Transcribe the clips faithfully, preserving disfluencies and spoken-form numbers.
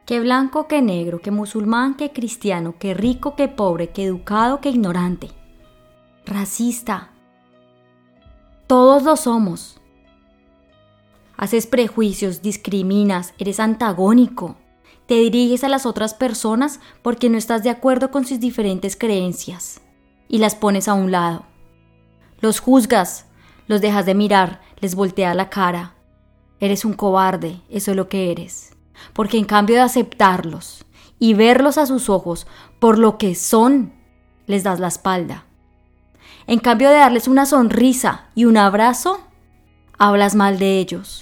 Que blanco, que negro, que musulmán, que cristiano, que rico, que pobre, que educado, que ignorante. Racista. Todos lo somos. Haces prejuicios, discriminas, eres antagónico. Te diriges a las otras personas porque no estás de acuerdo con sus diferentes creencias y las pones a un lado. Los juzgas, los dejas de mirar, les volteas la cara. Eres un cobarde, eso es lo que eres. Porque en cambio de aceptarlos y verlos a sus ojos por lo que son, les das la espalda. En cambio de darles una sonrisa y un abrazo, hablas mal de ellos.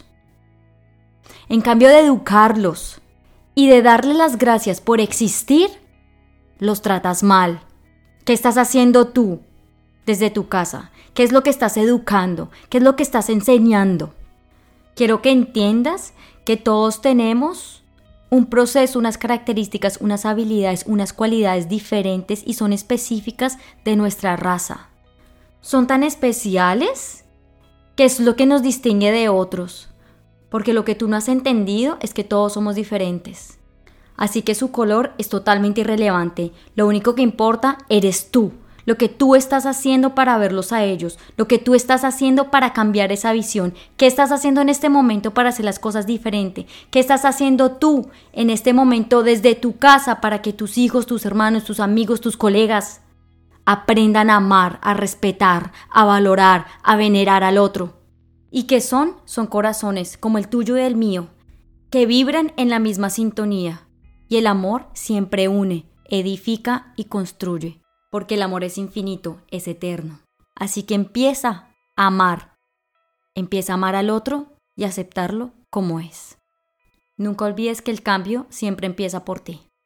En cambio de educarlos y de darles las gracias por existir, los tratas mal. ¿Qué estás haciendo tú desde tu casa? ¿Qué es lo que estás educando? ¿Qué es lo que estás enseñando? Quiero que entiendas que todos tenemos un proceso, unas características, unas habilidades, unas cualidades diferentes y son específicas de nuestra raza. Son tan especiales que es lo que nos distingue de otros, porque lo que tú no has entendido es que todos somos diferentes. Así que su color es totalmente irrelevante. Lo único que importa eres tú. Lo que tú estás haciendo para verlos a ellos, lo que tú estás haciendo para cambiar esa visión, qué estás haciendo en este momento para hacer las cosas diferente, qué estás haciendo tú en este momento desde tu casa para que tus hijos, tus hermanos, tus amigos, tus colegas aprendan a amar, a respetar, a valorar, a venerar al otro. ¿Y qué son? Son corazones como el tuyo y el mío, que vibran en la misma sintonía. Y el amor siempre une, edifica y construye. Porque el amor es infinito, es eterno. Así que empieza a amar. Empieza a amar al otro y aceptarlo como es. Nunca olvides que el cambio siempre empieza por ti.